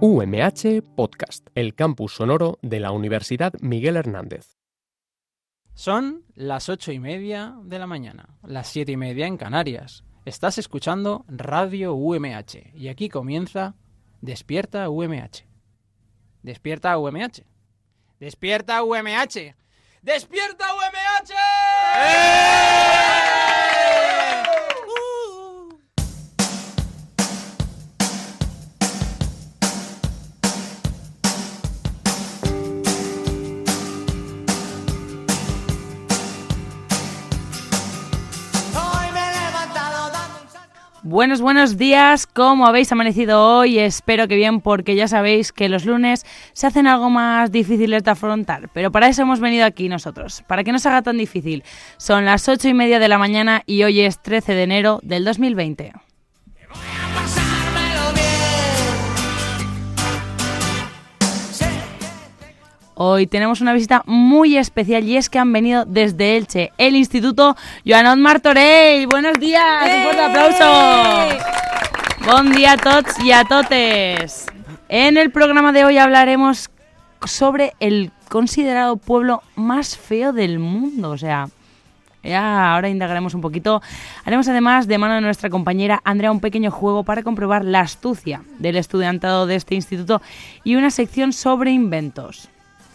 UMH Podcast, el campus sonoro de la Universidad Miguel Hernández. Son las 8:30 de la mañana, las 7:30 en Canarias. Estás escuchando Radio UMH y aquí comienza Despierta UMH. Despierta UMH. Despierta UMH. Despierta UMH. Buenos días, ¿cómo habéis amanecido hoy? Espero que bien, porque ya sabéis que los lunes se hacen algo más difíciles de afrontar, pero para eso hemos venido aquí nosotros, para que no se haga tan difícil. Son las 8:30 de la mañana y hoy es 13 de enero del 2020. Hoy tenemos una visita muy especial y es que han venido desde Elche, el Instituto Joanot Martorell. ¡Buenos días! ¡Un fuerte aplauso! ¡Bon día a tots y a totes! En el programa de hoy hablaremos sobre el considerado pueblo más feo del mundo. O sea, ya ahora indagaremos un poquito. Haremos además, de mano de nuestra compañera Andrea, un pequeño juego para comprobar la astucia del estudiantado de este instituto y una sección sobre inventos.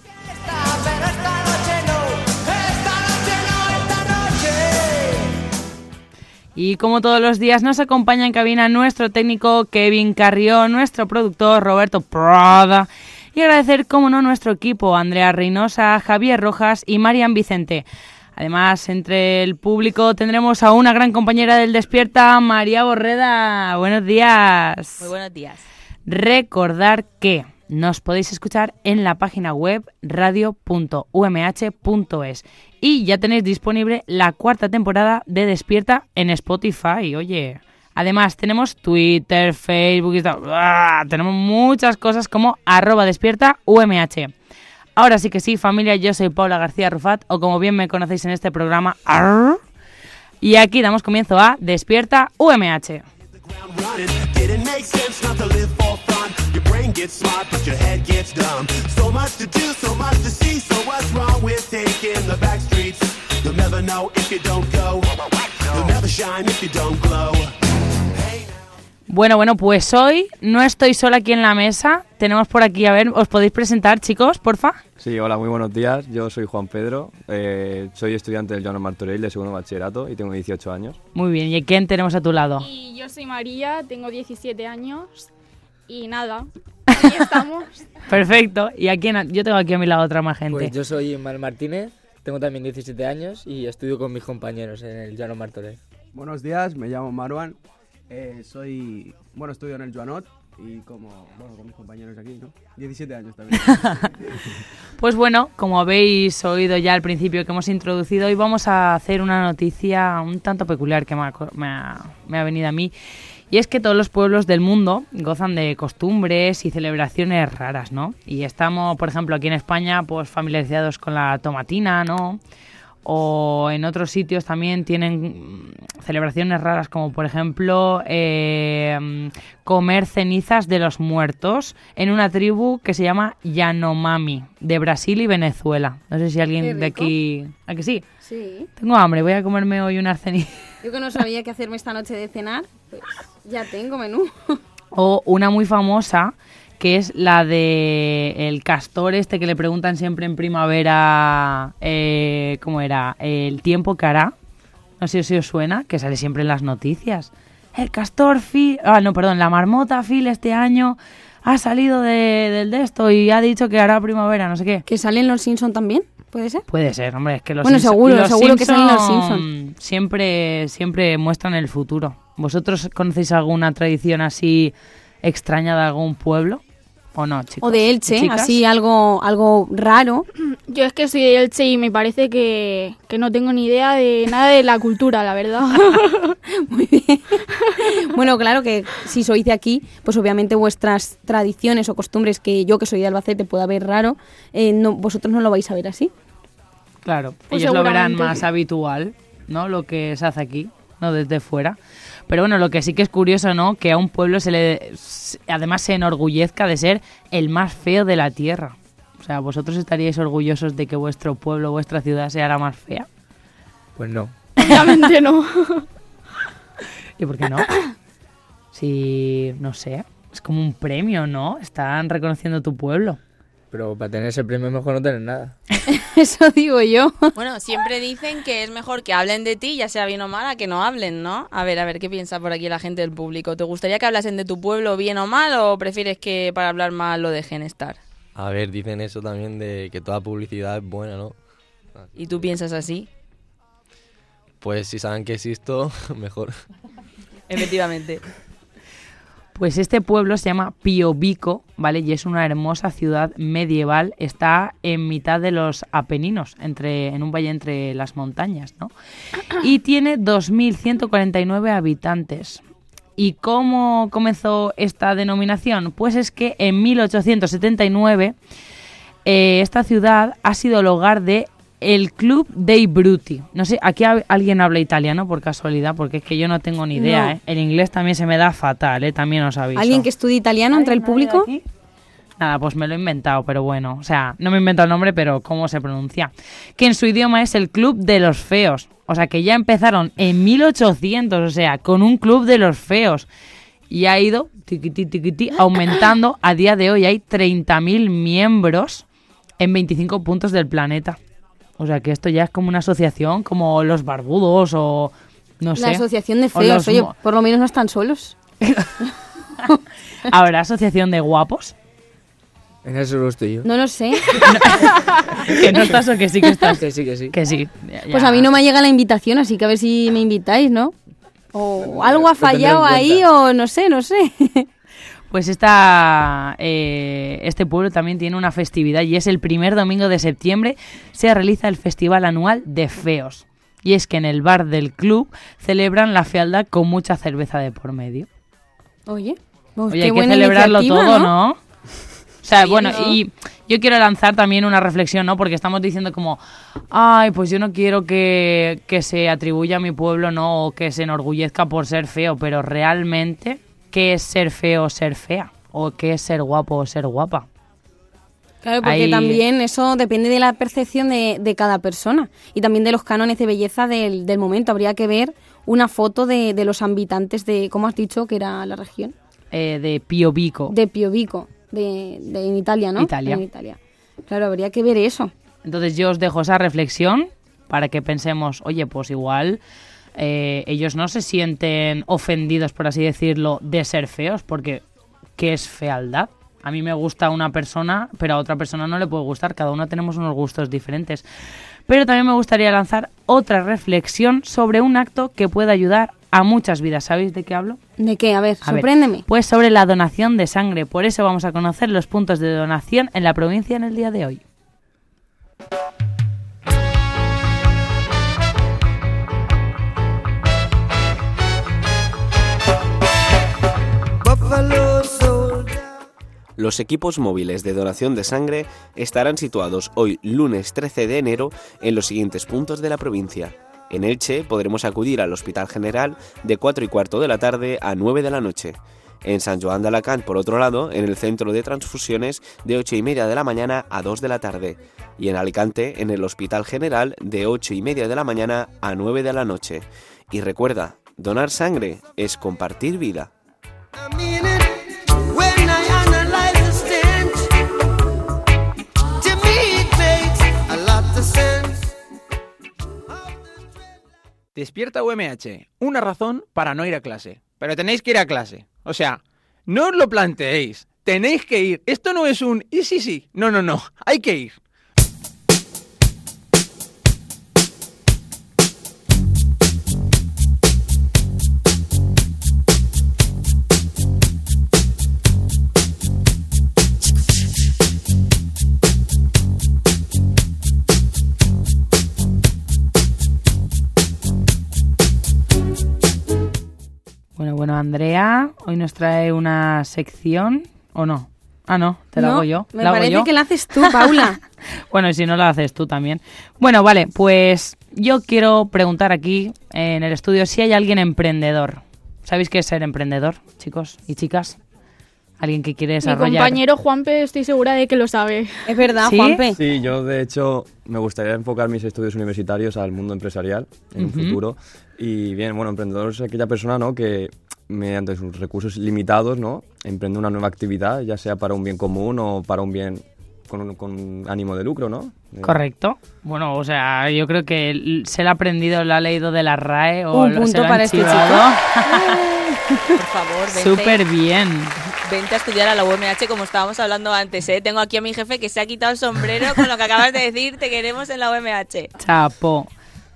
Y como todos los días nos acompaña en cabina nuestro técnico Kevin Carrión, nuestro productor Roberto Prada y agradecer, como no, nuestro equipo Andrea Reynosa, Javier Rojas y Marian Vicente. Además, entre el público tendremos a una gran compañera del Despierta, María Borreda. Buenos días. Muy buenos días. Recordar que nos podéis escuchar en la página web radio.umh.es y ya tenéis disponible la 4ª temporada de Despierta en Spotify. Oye, además tenemos Twitter, Facebook, tenemos muchas cosas como @despiertaumh. Ahora sí que sí, familia, yo soy Paula García Rufat, o como bien me conocéis en este programa, y aquí damos comienzo a Despierta UMH. Gets smart, but your head gets dumb. So much to do, so much to see. So what's wrong with taking the back streets? You'll never know if you don't go. You'll never shine if you don't glow. Bueno, pues hoy no estoy sola aquí en la mesa. Tenemos por aquí, a ver, ¿os podéis presentar, chicos, porfa? Sí, hola, muy buenos días. Yo soy Juan Pedro, soy estudiante del Joanot Martorell de segundo bachillerato y tengo 18 años. Muy bien, ¿y quién tenemos a tu lado? Y yo soy María, tengo 17 años y nada, aquí estamos. Perfecto, ¿y a quién? Yo tengo aquí a mi lado otra más gente. Pues yo soy Ismael Martínez, tengo también 17 años y estudio con mis compañeros en el Joanot Martorell. Buenos días, me llamo Marwan, estudio en el Joanot y con mis compañeros aquí, ¿no? 17 años también. Pues bueno, como habéis oído ya al principio que hemos introducido, hoy vamos a hacer una noticia un tanto peculiar que me ha venido a mí. Y es que todos los pueblos del mundo gozan de costumbres y celebraciones raras, ¿no? Y estamos, por ejemplo, aquí en España, pues familiarizados con la tomatina, ¿no? O en otros sitios también tienen celebraciones raras, como por ejemplo comer cenizas de los muertos en una tribu que se llama Yanomami, de Brasil y Venezuela. No sé si alguien de aquí... ¿A que sí? Sí. Tengo hambre, voy a comerme hoy unas cenizas. Yo que no sabía qué hacerme esta noche de cenar, pues ya tengo menú. O una muy famosa, que es la de el castor este que le preguntan siempre en primavera, ¿cómo era? El tiempo que hará. No sé si os suena, que sale siempre en las noticias. El castor la marmota Phil este año ha salido de esto y ha dicho que hará primavera, no sé qué. ¿Que salen los Simpson también? ¿Puede ser? Puede ser, hombre, es que los seguro Simpson que salen los Simpson. Siempre muestran el futuro. ¿Vosotros conocéis alguna tradición así extraña de algún pueblo? ¿O no, chicos? O de Elche, ¿Chicas? así algo raro. Yo es que soy de Elche y me parece que no tengo ni idea de nada de la cultura, la verdad. Muy bien. Bueno, claro que si sois de aquí, pues obviamente vuestras tradiciones o costumbres, que yo que soy de Albacete pueda ver raro, vosotros no lo vais a ver así. Claro, Pues ellos lo verán seguramente más habitual, ¿no? Lo que se hace aquí. ¿no? Desde fuera. Pero bueno, lo que sí que es curioso, ¿no? Que a un pueblo además se enorgullezca de ser el más feo de la tierra. O sea, ¿vosotros estaríais orgullosos de que vuestro pueblo, vuestra ciudad sea la más fea? Pues no. Obviamente no. ¿Y por qué no? Si, no sé, es como un premio, ¿no? Están reconociendo tu pueblo. Pero para tener ese premio mejor no tener nada. Eso digo yo. Bueno, siempre dicen que es mejor que hablen de ti, ya sea bien o mal, a que no hablen, ¿no? A ver, ¿qué piensa por aquí la gente del público? ¿Te gustaría que hablasen de tu pueblo bien o mal o prefieres que para hablar mal lo dejen estar? A ver, dicen eso también de que toda publicidad es buena, ¿no? ¿Y tú piensas así? Pues si saben que existo, mejor. Efectivamente. Pues este pueblo se llama Piobico, ¿vale? Y es una hermosa ciudad medieval. Está en mitad de los Apeninos, en un valle entre las montañas, ¿no? Y tiene 2.149 habitantes. ¿Y cómo comenzó esta denominación? Pues es que en 1879 esta ciudad ha sido el hogar de el Club dei Bruti. No sé, aquí alguien habla italiano por casualidad, porque es que yo no tengo ni idea, No. ¿eh? El inglés también se me da fatal, también os aviso. ¿Alguien que estudie italiano entre el público? Nada, pues me lo he inventado, pero bueno, o sea, no me he inventado el nombre, pero ¿cómo se pronuncia? Que en su idioma es el Club de los Feos. O sea, que ya empezaron en 1800, o sea, con un Club de los Feos. Y ha ido tiquití, aumentando. A día de hoy hay 30.000 miembros en 25 puntos del planeta. O sea, que esto ya es como una asociación, como los barbudos o no sé. La asociación de O feos, los oye, por lo menos no están solos. ¿Habrá asociación de guapos? En eso lo estoy yo. No lo sé. ¿Que no estás o que sí que estás? Que sí, que sí. Que sí. Pues a mí no me llega la invitación, así que a ver si me invitáis, ¿no? O algo ha Lo tendré fallado en ahí cuenta. o no sé. Pues este pueblo también tiene una festividad y es el primer domingo de septiembre se realiza el festival anual de feos. Y es que en el bar del club celebran la fealdad con mucha cerveza de por medio. Oye, pues Oye, qué hay que buena celebrarlo iniciativa, todo, ¿no? O sea, Sí, bueno, ¿no? y yo quiero lanzar también una reflexión, ¿no? Porque estamos diciendo como, ay, pues yo no quiero que se atribuya a mi pueblo, ¿no? O que se enorgullezca por ser feo, pero realmente, ¿qué es ser feo o ser fea? ¿O qué es ser guapo o ser guapa? Claro, porque Ahí- también eso depende de la percepción de cada persona y también de los cánones de belleza del momento. Habría que ver una foto de los habitantes de, ¿cómo has dicho que era la región? De Piobico. De Piobico, en Italia, ¿no? Italia. En Italia. Claro, habría que ver eso. Entonces yo os dejo esa reflexión para que pensemos, oye, pues igual ellos no se sienten ofendidos, por así decirlo, de ser feos, porque ¿qué es fealdad? A mí me gusta una persona, pero a otra persona no le puede gustar. Cada uno tenemos unos gustos diferentes. Pero también me gustaría lanzar otra reflexión sobre un acto que puede ayudar a muchas vidas. ¿Sabéis de qué hablo? ¿De qué? A ver, A ver, sorpréndeme. pues sobre la donación de sangre. Por eso vamos a conocer los puntos de donación en la provincia en el día de hoy. Los equipos móviles de donación de sangre estarán situados hoy, lunes 13 de enero, en los siguientes puntos de la provincia. En Elche podremos acudir al Hospital General de 4:15 de la tarde a 9 de la noche. En San Joan de Alacant, por otro lado, en el Centro de Transfusiones de 8:30 de la mañana a 2 de la tarde. Y en Alicante, en el Hospital General de 8:30 de la mañana a 9 de la noche. Y recuerda, donar sangre es compartir vida. Despierta UMH, una razón para no ir a clase. Pero tenéis que ir a clase. O sea, no os lo planteéis. Tenéis que ir. Esto no es un y sí. No. Hay que ir. Bueno, Andrea, hoy nos trae una sección, ¿o no? Ah, no, te la No, hago yo. Me ¿La hago parece yo? que la haces tú, Paula. Bueno, y si no la haces tú también. Bueno, vale, pues yo quiero preguntar aquí en el estudio si hay alguien emprendedor. ¿Sabéis qué es ser emprendedor, chicos y chicas? Alguien que quiere desarrollar... Mi compañero Juanpe estoy segura de que lo sabe. Es verdad, ¿Sí? Juanpe. Sí, yo de hecho me gustaría enfocar mis estudios universitarios al mundo empresarial en un futuro. Y bien, bueno, emprendedor es aquella persona, ¿no?, que mediante sus recursos limitados, ¿no?, emprende una nueva actividad, ya sea para un bien común o para un bien con ánimo de lucro, ¿no? Correcto. Bueno, o sea, yo creo que se le ha aprendido, lo ha leído de la RAE o Un punto se lo han para este chivado. Por favor, vente. Súper bien. Vente a estudiar a la UMH como estábamos hablando antes, ¿eh? Tengo aquí a mi jefe que se ha quitado el sombrero con lo que acabas de decir, te queremos en la UMH. Chapo.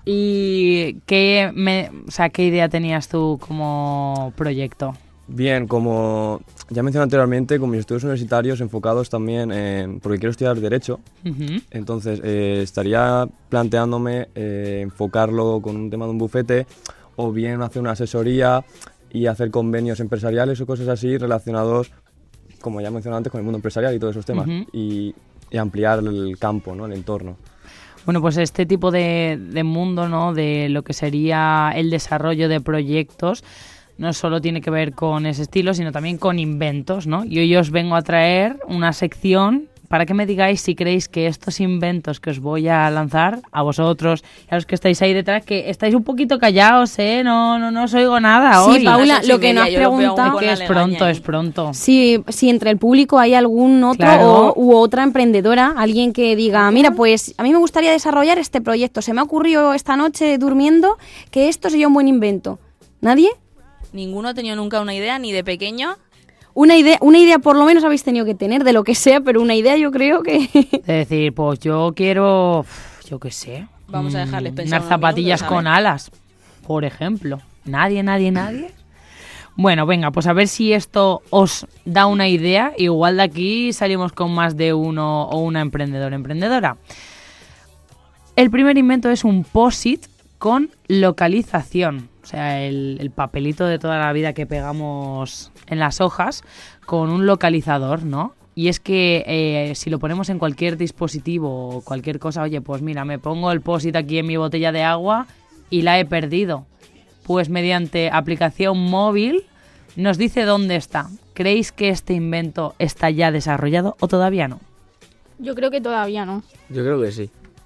¿Y qué idea tenías tú como proyecto? Bien, como ya mencioné anteriormente, con mis estudios universitarios enfocados también en... porque quiero estudiar Derecho, entonces estaría planteándome enfocarlo con un tema de un bufete o bien hacer una asesoría y hacer convenios empresariales o cosas así relacionados, como ya mencioné antes, con el mundo empresarial y todos esos temas y ampliar el campo, ¿no?, el entorno. Bueno, pues este tipo de mundo, ¿no?, de lo que sería el desarrollo de proyectos, no solo tiene que ver con ese estilo, sino también con inventos, ¿no? Y hoy os vengo a traer una sección para que me digáis si creéis que estos inventos que os voy a lanzar a vosotros y a los que estáis ahí detrás, que estáis un poquito callados, no os oigo nada hoy. Sí, Paula, lo que nos has preguntado... Que es pronto. Si entre el público hay algún otro u otra emprendedora, alguien que diga, mira, pues a mí me gustaría desarrollar este proyecto, se me ha ocurrido esta noche durmiendo que esto sería un buen invento. ¿Nadie? ¿Ninguno ha tenido nunca una idea, ni de pequeño? Una idea por lo menos habéis tenido que tener, de lo que sea, pero una idea yo creo que... Es decir, pues yo quiero, yo qué sé... Vamos a dejarles pensar unas zapatillas minutos, con alas, por ejemplo. ¿Nadie? Bueno, venga, pues a ver si esto os da una idea. Igual de aquí salimos con más de uno o una emprendedora. El primer invento es un POSIT con localización. O sea, el papelito de toda la vida que pegamos en las hojas con un localizador, ¿no? Y es que si lo ponemos en cualquier dispositivo o cualquier cosa, oye, pues mira, me pongo el POSIT aquí en mi botella de agua y la he perdido. Pues mediante aplicación móvil nos dice dónde está. ¿Creéis que este invento está ya desarrollado o todavía no? Yo creo que todavía no. Yo creo que sí.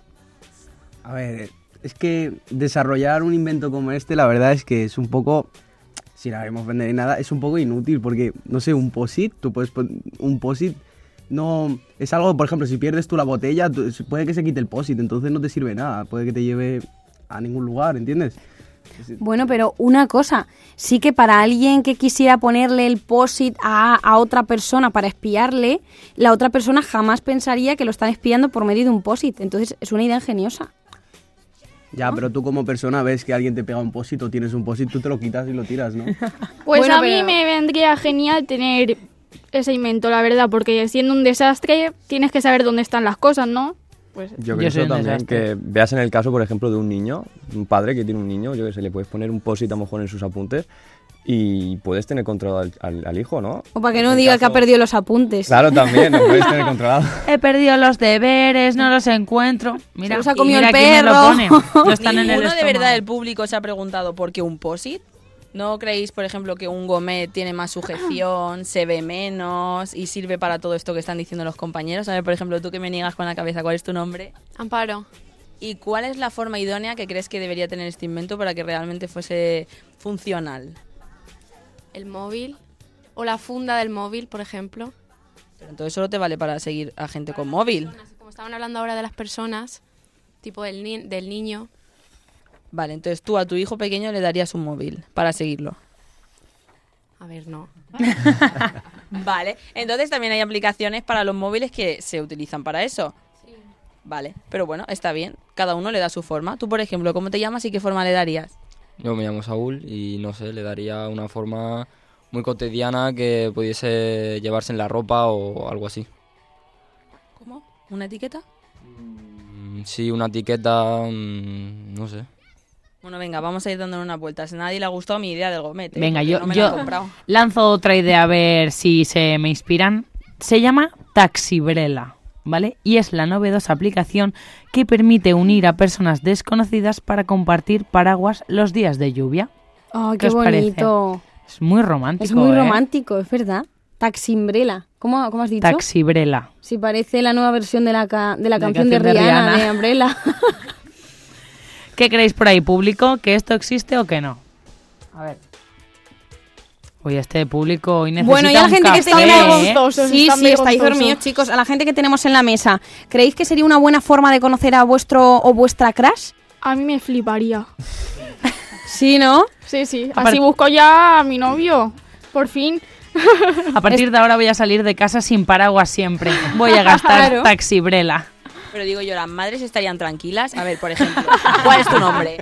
A ver, es que desarrollar un invento como este, la verdad es que es un poco, sin haberemos vender ni nada, es un poco inútil porque, no sé, un POSIT, tú puedes poner un POSIT, no, es algo, por ejemplo, si pierdes tú la botella, puede que se quite el POSIT, entonces no te sirve nada, puede que te lleve a ningún lugar, ¿entiendes? Bueno, pero una cosa, sí que para alguien que quisiera ponerle el POSIT a otra persona para espiarle, la otra persona jamás pensaría que lo están espiando por medio de un POSIT, entonces es una idea ingeniosa. Ya, pero tú como persona ves que alguien te pega un POSIT o tienes un POSIT, tú te lo quitas y lo tiras, ¿no? Pues bueno, a mí me vendría genial tener ese invento, la verdad, porque siendo un desastre tienes que saber dónde están las cosas, ¿no? Pues Yo creo eso también, que veas en el caso, por ejemplo, de un niño, un padre que tiene un niño, yo que sé, le puedes poner un POSIT a lo mejor en sus apuntes y puedes tener controlado al hijo, ¿no? O para que no diga que ha perdido los apuntes. Claro, también, lo puedes tener controlado. He perdido los deberes, no los encuentro. Mira, se los ha comido mira el quién me lo perro. pone. No están en el ¿Ninguno de estómago. verdad del público se ha preguntado por qué un POSIT? ¿No creéis, por ejemplo, que un gomet tiene más sujeción, se ve menos y sirve para todo esto que están diciendo los compañeros? A ver, por ejemplo, tú que me niegas con la cabeza, ¿cuál es tu nombre? Amparo. ¿Y cuál es la forma idónea que crees que debería tener este invento para que realmente fuese funcional? El móvil o la funda del móvil, por ejemplo. Pero entonces solo te vale para seguir a gente con móvil. Como estaban hablando ahora de las personas, tipo del niño. Vale, entonces tú a tu hijo pequeño le darías un móvil para seguirlo. A ver, no. Vale, entonces también hay aplicaciones para los móviles que se utilizan para eso. Sí. Vale, pero bueno, está bien. Cada uno le da su forma. Tú, por ejemplo, ¿cómo te llamas y qué forma le darías? Yo me llamo Saúl y no sé, le daría una forma muy cotidiana que pudiese llevarse en la ropa o algo así. ¿Cómo? ¿Una etiqueta? Sí, una etiqueta, no sé. Bueno, venga, vamos a ir dándole una vuelta. A nadie le ha gustado mi idea del gomete. Venga, yo no me la he comprado. lanzo otra idea a ver si se me inspiran. Se llama Taxibrela. ¿vale? Y es la novedosa aplicación que permite unir a personas desconocidas para compartir paraguas los días de lluvia. ¡Ay, ¿Qué qué os parece? bonito! Es muy romántico, Es muy ¿eh? romántico, es verdad. Taximbrela. ¿Cómo has dicho? Taxibrela. Sí, parece la nueva versión de la canción de canción de Rihanna, Rihanna. de Umbrella. ¿Qué creéis por ahí, público? ¿Que esto existe o que no? A ver. Uy, este público hoy necesita Bueno, y a la un gente que café, está ¿eh? vergonzosos, Sí, están sí, estáis vergonzosos. dormidos, chicos. A la gente que tenemos en la mesa, ¿creéis que sería una buena forma de conocer a vuestro o vuestra crush? A mí me fliparía. Sí, ¿no? Sí, sí. Aparte- Así busco ya a mi novio. Por fin. A partir de ahora voy a salir de casa sin paraguas siempre. Voy a gastar Claro. taxibrela. Pero digo yo, ¿las madres estarían tranquilas? A ver, por ejemplo, ¿cuál es tu nombre?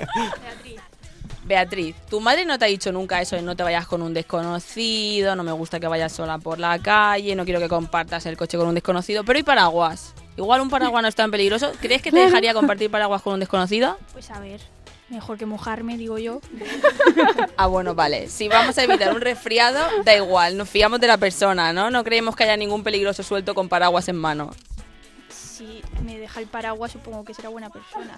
Beatriz, tu madre no te ha dicho nunca eso de no te vayas con un desconocido, no me gusta que vayas sola por la calle, no quiero que compartas el coche con un desconocido, pero ¿y paraguas? Igual un paraguas no es tan peligroso. ¿Crees que te dejaría compartir paraguas con un desconocido? Pues a ver, mejor que mojarme, digo yo. Ah, bueno, vale. Si vamos a evitar un resfriado, da igual, nos fiamos de la persona, ¿no? No creemos que haya ningún peligroso suelto con paraguas en mano. Si me deja el paraguas, supongo que será buena persona.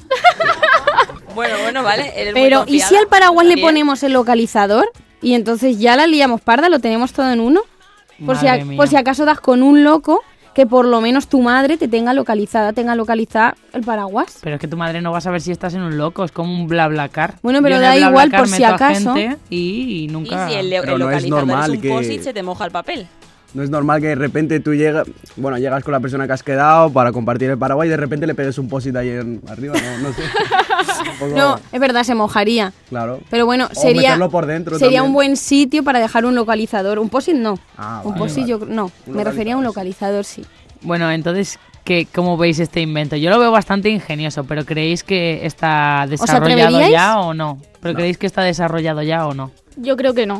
Bueno, vale. Eres muy Pero, ¿y si confiada. al paraguas le Bien. ponemos el localizador? Y entonces ya la liamos parda, lo tenemos todo en uno. Por Madre mía. si acaso das con un loco, que por lo menos tu madre te tenga localizada el paraguas. Pero es que tu madre no va a saber si estás en un loco, es como un BlaBlaCar. Bueno, pero Yo en da el igual, BlaBlaCar por si meto a acaso. gente y nunca... Y si el Pero no es localizador normal es un que- post-it, se te moja el papel. No es normal que de repente tú llegas con la persona que has quedado para compartir el paraguas y de repente le pegues un post-it ahí arriba, no sé. Un poco- No, es verdad, se mojaría. Claro. Pero bueno, O sería meterlo por dentro sería también. un buen sitio para dejar un localizador. Un post-it no. Ah, un vale, post-it vale. yo no. Un Me refería a un localizador, localizador, sí. Bueno, entonces, ¿cómo veis este invento? Yo lo veo bastante ingenioso, pero ¿creéis que está desarrollado atreveríais? ya o no? ¿Pero No. creéis que está desarrollado ya o no? Yo creo que no.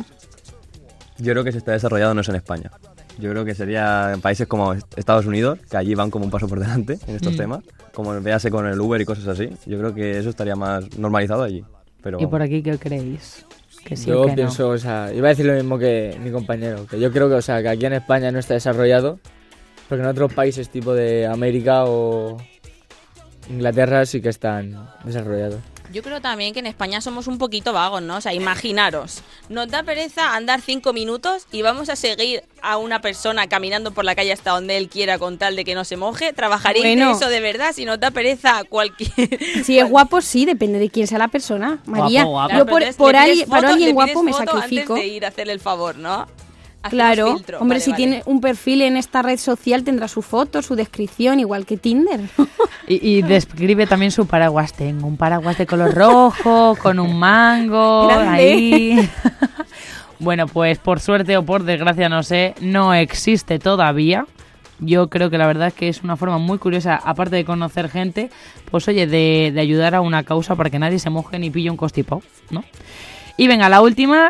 Yo creo que se está desarrollando no es en España. Yo creo que sería en países como Estados Unidos, que allí van como un paso por delante en estos temas, como véase con el Uber y cosas así. Yo creo que eso estaría más normalizado allí. Pero ¿Y por aquí qué creéis? ¿Que sí Yo o que pienso, o sea, iba a decir lo mismo que mi compañero, que yo creo que, o sea, que aquí en España no está desarrollado, porque en otros países tipo de América o Inglaterra sí que están desarrollados. Yo creo también que en España somos un poquito vagos, ¿no? O sea, imaginaros, nos da pereza andar 5 minutos y vamos a seguir a una persona caminando por la calle hasta donde él quiera con tal de que no se moje. ¿Trabajaríais Bueno. de eso de verdad? Si nos da pereza cualquier... Si es guapo, sí, depende de quién sea la persona. María, guapo. yo por, Entonces, por le pides alguien, para foto- alguien le guapo pides me foto sacrifico. Antes de ir a hacerle el favor, ¿no? Hacemos Claro, filtro. hombre, Vale, si vale. tiene un perfil en esta red social tendrá su foto, su descripción, igual que Tinder. Y describe también su paraguas. Tengo un paraguas de color rojo, con un mango, Grande. ahí. Bueno, pues por suerte o por desgracia, no sé, no existe todavía. Yo creo que la verdad es que es una forma muy curiosa, aparte de conocer gente, pues oye, de ayudar a una causa para que nadie se moje ni pille un constipado, ¿no? Y venga, la última,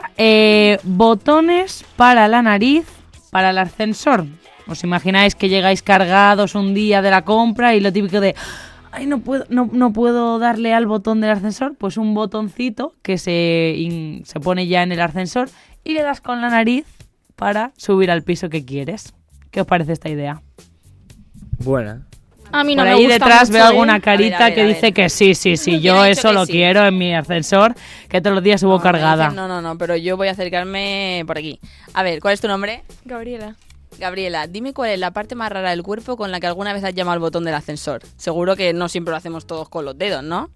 botones para la nariz, para el ascensor. ¿Os imagináis que llegáis cargados un día de la compra y lo típico de... Ay, no puedo darle al botón del ascensor? Pues un botoncito que se pone ya en el ascensor y le das con la nariz para subir al piso que quieres. ¿Qué os parece esta idea? Buena. A mí no Por me ahí gusta detrás mucho, veo alguna carita A ver, que a ver. dice que sí, ¿Quién yo ha dicho eso que lo sí? quiero en mi ascensor, que todos los días subo No, me cargada. dicen, no, pero yo voy a acercarme por aquí. A ver, ¿cuál es tu nombre? Gabriela. Gabriela, dime cuál es la parte más rara del cuerpo con la que alguna vez has llamado al botón del ascensor. Seguro que no siempre lo hacemos todos con los dedos, ¿no?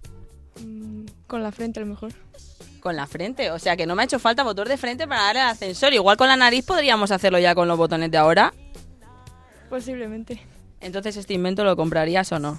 Con la frente a lo mejor. Con la frente, o sea que no me ha hecho falta botón de frente para dar al ascensor. Igual con la nariz podríamos hacerlo ya con los botones de ahora. Posiblemente. Entonces, ¿este invento lo comprarías o no?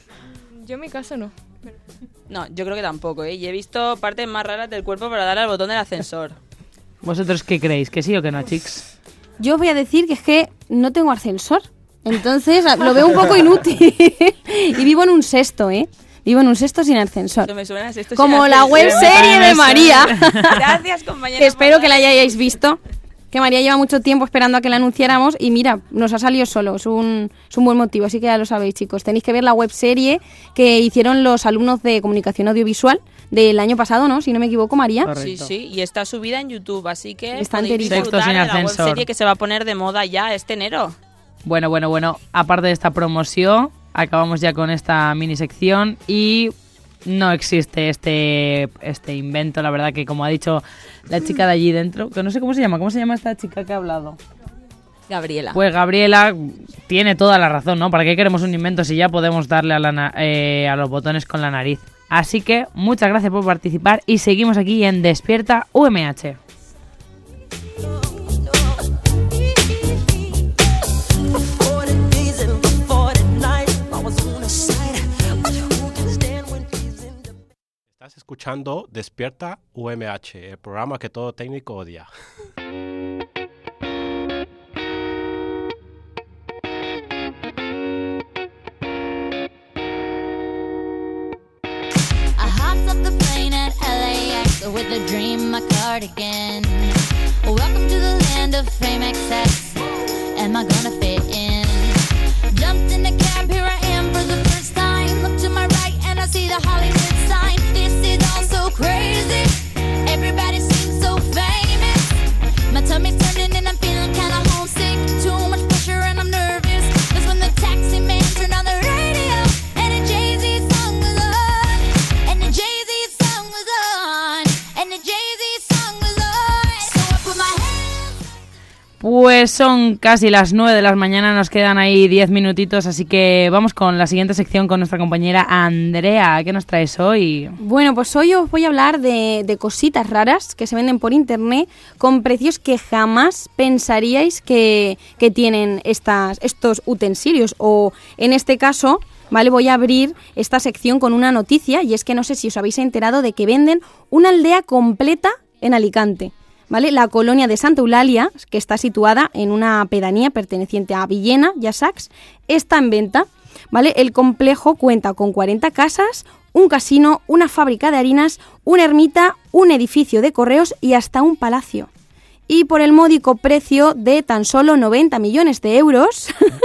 Yo en mi caso no. No, yo creo que tampoco, ¿eh? Y he visto partes más raras del cuerpo para dar al botón del ascensor. ¿Vosotros qué creéis? ¿Que sí o que no, chicos? Yo os voy a decir que es que no tengo ascensor. Entonces lo veo un poco inútil. Y vivo en un sexto, ¿eh? Vivo en un sexto sin ascensor. Esto me suena a esto sin Como la ascensor. web serie de María. Gracias, compañera. Espero que la hayáis visto. Que María lleva mucho tiempo esperando a que la anunciáramos y mira, nos ha salido solo. Es un buen motivo, así que ya lo sabéis, chicos. Tenéis que ver la web serie que hicieron los alumnos de comunicación audiovisual del año pasado, ¿no? Si no me equivoco, María. Sí, sí, y está subida en YouTube, así que Está podéis enterita. disfrutar Sexto sin de la web ascensor. serie que se va a poner de moda ya este enero. Bueno. Aparte de esta promoción, acabamos ya con esta mini sección y no existe este invento. La verdad que, como ha dicho la chica de allí dentro, que no sé cómo se llama esta chica que ha hablado. Gabriela. Pues Gabriela tiene toda la razón, ¿no? ¿Para qué queremos un invento si ya podemos darle a los botones con la nariz? Así que muchas gracias por participar y seguimos aquí en Despierta UMH. Estás escuchando Despierta UMH, el programa que todo técnico odia. With a dream, my cardigan. Welcome to the land of fame excess. Am I gonna fit in? Jumped in the cab, here I am for the first time. Look to my right and I see the Hollywood sign. This is all so crazy. Everybody seems so famous. My tummy's turning and I'm feeling kinda homesick. Too much pressure and I'm nervous. That's when the taxi man turned on the radio and a Jay-Z song was on. And the Jay-Z song was on. And the Jay-Z song was on. So I put my hands. Pues son casi las 9 de la mañana, nos quedan ahí 10 minutitos, así que vamos con la siguiente sección con nuestra compañera Andrea. ¿Qué nos traes hoy? Bueno, pues hoy os voy a hablar de cositas raras que se venden por internet con precios que jamás pensaríais que tienen estos utensilios. O en este caso, ¿vale? Voy a abrir esta sección con una noticia, y es que no sé si os habéis enterado de que venden una aldea completa en Alicante. ¿Vale? La colonia de Santa Eulalia, que está situada en una pedanía perteneciente a Villena y a Sax, está en venta. ¿Vale? El complejo cuenta con 40 casas, un casino, una fábrica de harinas, una ermita, un edificio de correos y hasta un palacio. Y por el módico precio de tan solo 90 millones de euros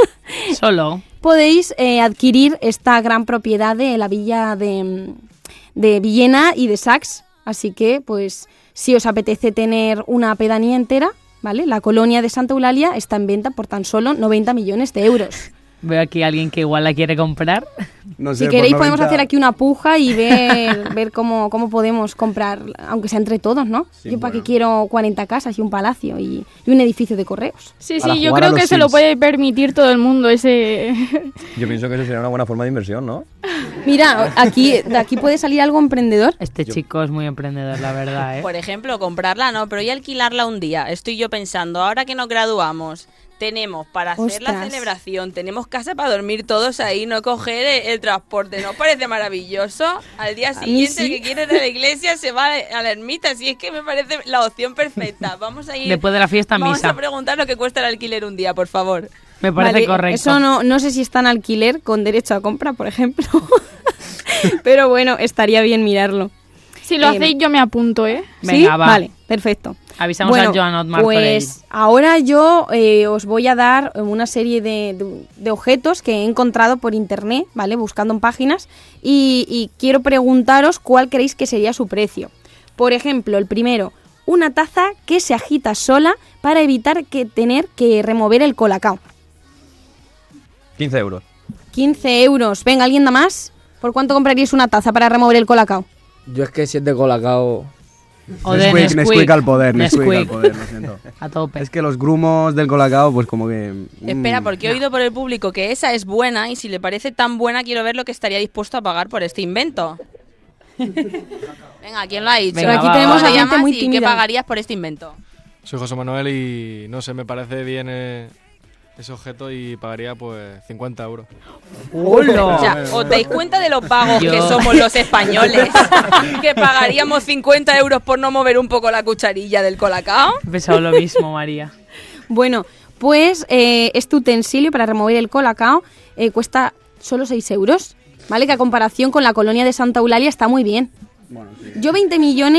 Solo podéis adquirir esta gran propiedad de la villa de Villena y de Sax. Así que, pues, si os apetece tener una pedanía entera, ¿vale? La colonia de Santa Eulalia está en venta por tan solo 90 millones de euros. Veo aquí a alguien que igual la quiere comprar. No sé, Si queréis por 90... podemos hacer aquí una puja y ver cómo podemos comprar, aunque sea entre todos, ¿no? Sí, Yo para bueno. qué quiero 40 casas y un palacio y un edificio de correos. Sí, Para yo jugar a creo que los se lo Sims. puede permitir todo el mundo ese... Yo pienso que eso sería una buena forma de inversión, ¿no? Mira, de aquí puede salir algo emprendedor. Este chico es muy emprendedor, la verdad, ¿eh? Por ejemplo, comprarla no, pero y alquilarla un día. Estoy yo pensando, ahora que nos graduamos, tenemos para hacer la Ostras. celebración, tenemos casa para dormir todos ahí, no coger el transporte, ¿no parece maravilloso? Al día mí siguiente sí. el que quiere ir a la iglesia se va a la ermita, si es que me parece la opción perfecta. Vamos a ir... Después de la fiesta, Vamos misa. a preguntar lo que cuesta el alquiler un día, por favor. Me parece Vale, correcto. Eso no sé si está en alquiler con derecho a compra, por ejemplo. Pero bueno, estaría bien mirarlo. Si lo hacéis yo me apunto, ¿eh? Venga, ¿Sí? va. Vale, perfecto. Avisamos a Joan Otmar por ahí. Pues ahora yo os voy a dar una serie de objetos que he encontrado por internet, ¿vale? Buscando en páginas y quiero preguntaros cuál creéis que sería su precio. Por ejemplo, el primero, una taza que se agita sola para evitar tener que remover el colacao. 15 euros. 15 euros. Venga, ¿alguien da más? ¿Por cuánto compraríais una taza para remover el colacao? Yo es que si es de Colacao... O de Nesquik al poder, Nesquik al Nesquik. poder, lo siento. A tope. Es que los grumos del Colacao, pues como que... Espera, porque he oído por el público que esa es buena y si le parece tan buena quiero ver lo que estaría dispuesto a pagar por este invento. Venga, ¿quién lo ha dicho? Venga, aquí va, tenemos va. a gente muy ¿Y qué tímida. pagarías por este invento? Soy José Manuel y no sé, me parece bien ese objeto y pagaría pues 50 euros. O sea, ¿os dais cuenta de los vagos que somos los españoles? Que pagaríamos 50 euros por no mover un poco la cucharilla del colacao. He pensado lo mismo, María. Bueno, pues este utensilio para remover el colacao cuesta solo 6 euros, ¿vale? Que a comparación con la colonia de Santa Eulalia está muy bien. Bueno, sí. Yo 90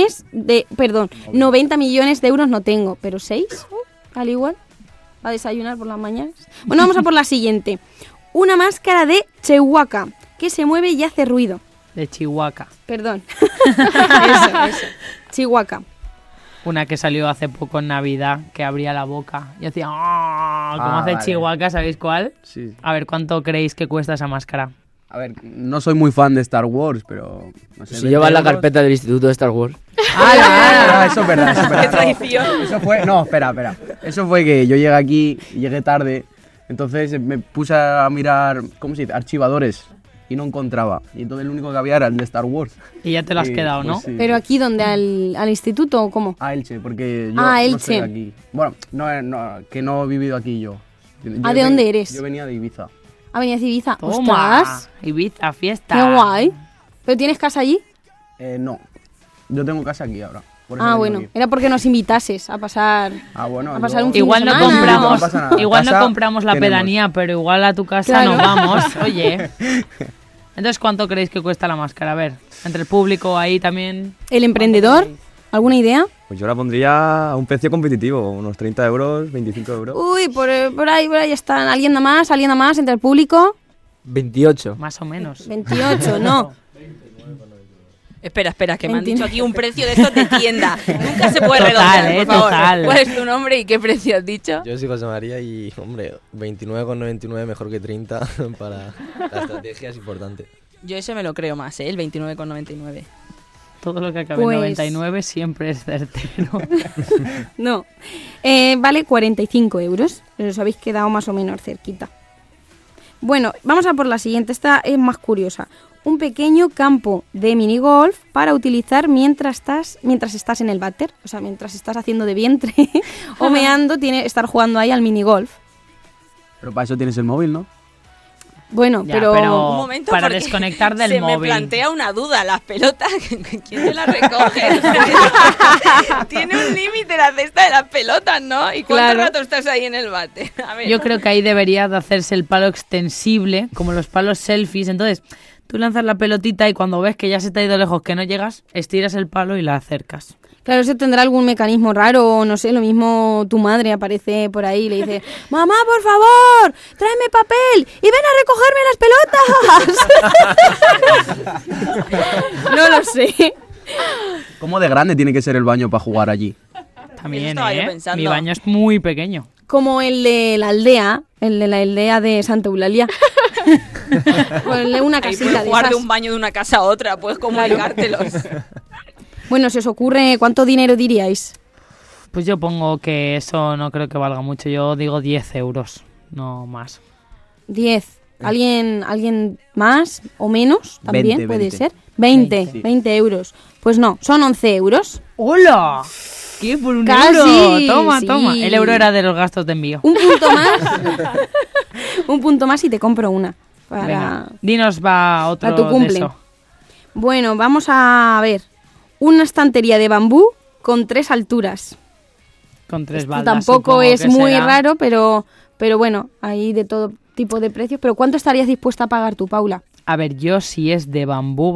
millones de euros no tengo, pero 6, al igual, a desayunar por las mañanas. Bueno, vamos a por la siguiente. Una máscara de Chihuahua, que se mueve y hace ruido. De Chihuahua. Perdón. Eso. Chihuahua. Una que salió hace poco en Navidad, que abría la boca y hacía... como hace vale. Chihuahua, ¿sabéis cuál? Sí. A ver, ¿cuánto creéis que cuesta esa máscara? A ver, no soy muy fan de Star Wars, pero... No sé, Si llevas 20 la euros. carpeta del Instituto de Star Wars. Ah, eso es verdad, eso es verdad. ¡Qué traición! No, eso fue... No, espera. Eso fue que yo llegué aquí, llegué tarde, entonces me puse a mirar, ¿cómo se dice? Archivadores. Y no encontraba. Y entonces lo único que había era el de Star Wars. Y ya te lo has quedado, ¿no? Sí. ¿Pero aquí donde? ¿Al instituto o cómo? A Elche, porque yo Ah, no soy Elche. de aquí. Bueno, que no he vivido aquí yo. ¿De dónde eres? Yo venía de Ibiza. Ah, venías de Ibiza. Toma, ¡Ostras! Ibiza, fiesta. ¡Qué guay! ¿Pero tienes casa allí? No, yo tengo casa aquí ahora. por eso Ah, vengo bueno. aquí. Era porque nos invitases a pasar... Ah, bueno, a pasar yo- un fin Igual de no semana. compramos, No pasa nada. igual no Casa compramos la tenemos. pedanía, pero igual a tu casa Claro. nos vamos. Oye. Entonces, ¿cuánto creéis que cuesta la máscara? A ver, entre el público ahí también. ¿El emprendedor? ¿Alguna idea? Pues yo la pondría a un precio competitivo, unos 30 euros, 25 euros. Uy, por ahí están. ¿Alguien da más entre el público? 28. Más o menos. 28, no. Espera, que me han 29. dicho aquí un precio de estos de tienda. Nunca se puede Total, redondear, por favor. total. ¿Cuál es tu nombre y qué precio has dicho? Yo soy José María y, hombre, 29,99 mejor que 30 para la estrategia es importante. Yo ese me lo creo más, ¿eh? El 29,99. Todo lo que acabe en Pues- 99 siempre es certero. No. Vale 45 euros. Os habéis quedado más o menos cerquita. Bueno, vamos a por la siguiente. Esta es más curiosa. Un pequeño campo de minigolf para utilizar mientras estás en el váter. O sea, mientras estás haciendo de vientre o meando, estar jugando ahí al minigolf. Pero para eso tienes el móvil, ¿no? Bueno, Ya, pero... Un momento, para porque desconectar del se móvil. me plantea una duda. Las pelotas, ¿quién se las recoge? Tiene un límite la cesta de las pelotas, ¿no? ¿Y cuánto Claro. rato estás ahí en el bate? A ver. Yo creo que ahí debería de hacerse el palo extensible, como los palos selfies. Entonces, tú lanzas la pelotita y cuando ves que ya se te ha ido lejos, que no llegas, estiras el palo y la acercas. Claro, eso tendrá algún mecanismo raro, o no sé, lo mismo tu madre aparece por ahí y le dice, mamá, por favor, tráeme papel y ven a recogerme las pelotas. No lo sé. ¿Cómo de grande tiene que ser el baño para jugar allí? También, estaba yo ¿eh? pensando. Mi baño es muy pequeño. Como el de la aldea de Santa Eulalia. Ponle una Ahí casita puedes de jugar esas. de un baño de una casa a otra, puedes comunicártelos. Bueno, ¿se os ocurre cuánto dinero diríais? Pues yo pongo que eso no creo que valga mucho. Yo digo 10 euros, no más. 10. ¿Alguien más o menos? También 20, puede 20. ser. 20, Sí. 20 euros. Pues no, son 11 euros. ¡Hola! ¿Qué por un Casi, euro? Toma, sí. toma. El euro era de los gastos de envío. Un punto más. Un punto más y te compro una. Para... Venga, dinos va otro para tu cumple. de eso. Bueno, vamos a ver. Una estantería de bambú con 3 alturas. Con 3 Esto baldas. tampoco supongo es que muy será. raro, pero bueno, hay de todo tipo de precios. Pero ¿cuánto estarías dispuesta a pagar tú, Paula? A ver, yo si es de bambú,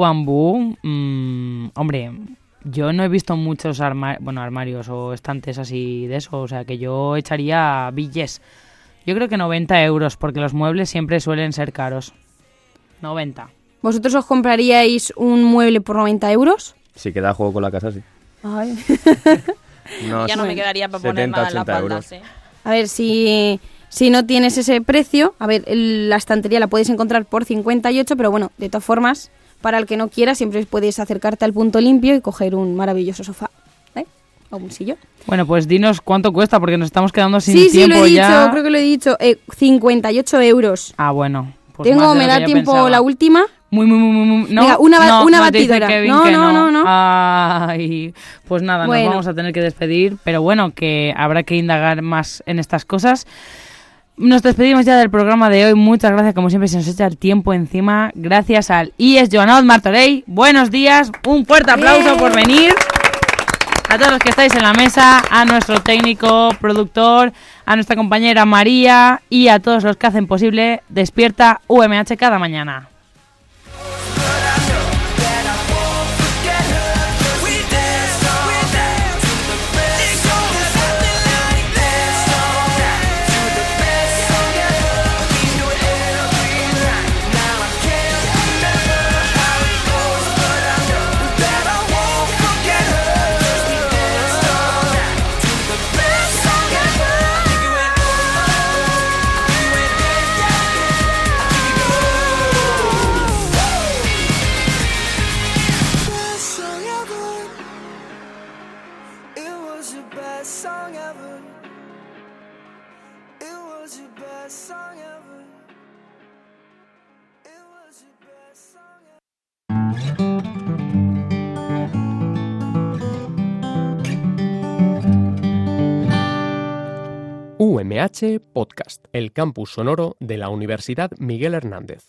hombre, yo no he visto muchos armarios o estantes así de eso, o sea que yo echaría billes. Yo creo que 90 euros, porque los muebles siempre suelen ser caros. 90. ¿Vosotros os compraríais un mueble por 90 euros? Si queda juego con la casa, sí. Ay. Unos Ya no me quedaría para poner 70, nada en las 80 baldas, euros. A ver, si no tienes ese precio, a ver, la estantería la puedes encontrar por 58, pero bueno, de todas formas, para el que no quiera, siempre puedes acercarte al Punto Limpio y coger un maravilloso sofá, ¿eh? O un sillón. Bueno, pues dinos cuánto cuesta, porque nos estamos quedando sin Sí, tiempo lo he ya. dicho, creo que lo he dicho. 58 euros. Ah, bueno. Pues más de Me lo da que yo tiempo pensaba. la última. Muy. No, Venga, una nos dice batidora. Kevin No, que no. Ay, pues nada, Bueno. nos vamos a tener que despedir, pero bueno, que habrá que indagar más en estas cosas. Nos despedimos ya del programa de hoy. Muchas gracias, como siempre, se nos echa el tiempo encima. Gracias al IES Joanot Martorell. Buenos días, un fuerte aplauso por venir. A todos los que estáis en la mesa, a nuestro técnico, productor, a nuestra compañera María y a todos los que hacen posible Despierta UMH cada mañana. best song ever. It was your best song ever. UMH Podcast, el campus sonoro de la Universidad Miguel Hernández.